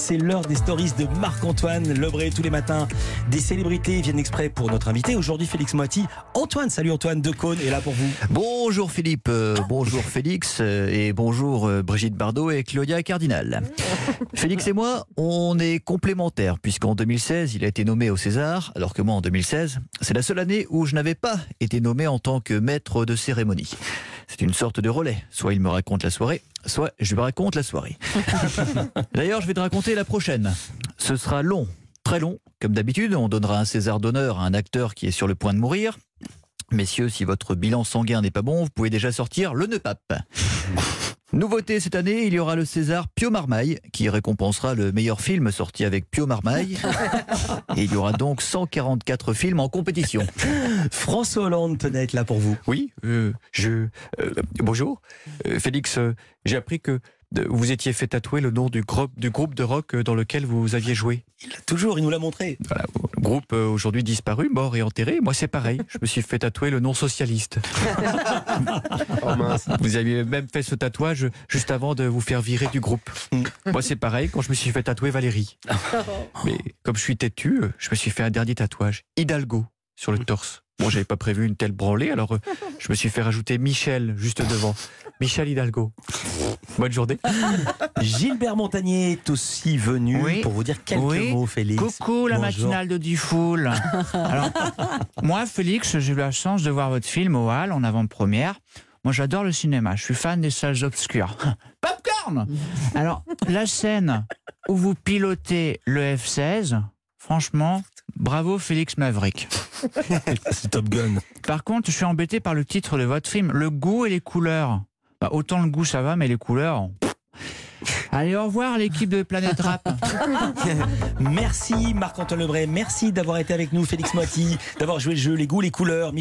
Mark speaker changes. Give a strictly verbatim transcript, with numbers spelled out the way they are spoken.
Speaker 1: c'est l'heure des stories de Marc-Antoine Lebré. Tous les matins, des célébrités viennent exprès pour notre invité. Aujourd'hui, Félix Moiti. Antoine, salut Antoine de Cône est là pour vous.
Speaker 2: Bonjour Philippe, euh, bonjour Félix euh, et bonjour euh, Brigitte Bardot et Claudia Cardinal. Félix et moi, on est complémentaires puisqu'en deux mille seize, il a été nommé au César, alors que moi en deux mille seize, c'est la seule année où je n'avais pas été nommé en tant que maître de cérémonie. C'est une sorte de relais. Soit il me raconte la soirée, soit je lui raconte la soirée. D'ailleurs, je vais te raconter la prochaine. Ce sera long, très long. Comme d'habitude, on donnera un César d'honneur à un acteur qui est sur le point de mourir. Messieurs, si votre bilan sanguin n'est pas bon, vous pouvez déjà sortir le nœud pape. Nouveauté cette année, il y aura le César Pio Marmaille qui récompensera le meilleur film sorti avec Pio Marmaille. Et il y aura donc cent quarante-quatre films en compétition.
Speaker 1: François Hollande tenait à être là pour vous.
Speaker 3: Oui, euh, je... Euh, bonjour. Euh, Félix, euh, j'ai appris que euh, vous étiez fait tatouer le nom du, groupe, du groupe de rock dans lequel vous aviez joué.
Speaker 1: Il l'a toujours, il nous l'a montré.
Speaker 3: Voilà, le groupe euh, aujourd'hui disparu, mort et enterré. Moi, c'est pareil. Je me suis fait tatouer le nom socialiste. Oh mince. Vous aviez même fait ce tatouage juste avant de vous faire virer du groupe. Moi, c'est pareil quand je me suis fait tatouer Valérie. Mais comme je suis têtu, je me suis fait un dernier tatouage, Hidalgo, sur le torse. Bon, j'avais pas prévu une telle branlée, alors euh, je me suis fait rajouter Michel juste devant. Michel Hidalgo. Bonne journée.
Speaker 1: Gilbert Montagnier est aussi venu
Speaker 4: Oui.
Speaker 1: pour vous dire quelques
Speaker 4: Oui.
Speaker 1: mots, Félix.
Speaker 4: Coucou la
Speaker 1: Bonjour.
Speaker 4: matinale de Diffoul. Alors, moi, Félix, j'ai eu la chance de voir votre film au Hall en avant-première. Moi, j'adore le cinéma. Je suis fan des salles obscures. Popcorn. Alors, la scène où vous pilotez le F seize, franchement, bravo Félix Maverick.
Speaker 1: C'est Top Gun.
Speaker 4: Par contre, je suis embêté par le titre de votre film, Le goût et les couleurs. Bah, autant le goût, ça va, mais les couleurs... Allez, au revoir l'équipe de Planète Rap.
Speaker 1: Merci Marc-Antoine Lebré. Merci d'avoir été avec nous, Félix Moiti, d'avoir joué le jeu, les goûts, les couleurs.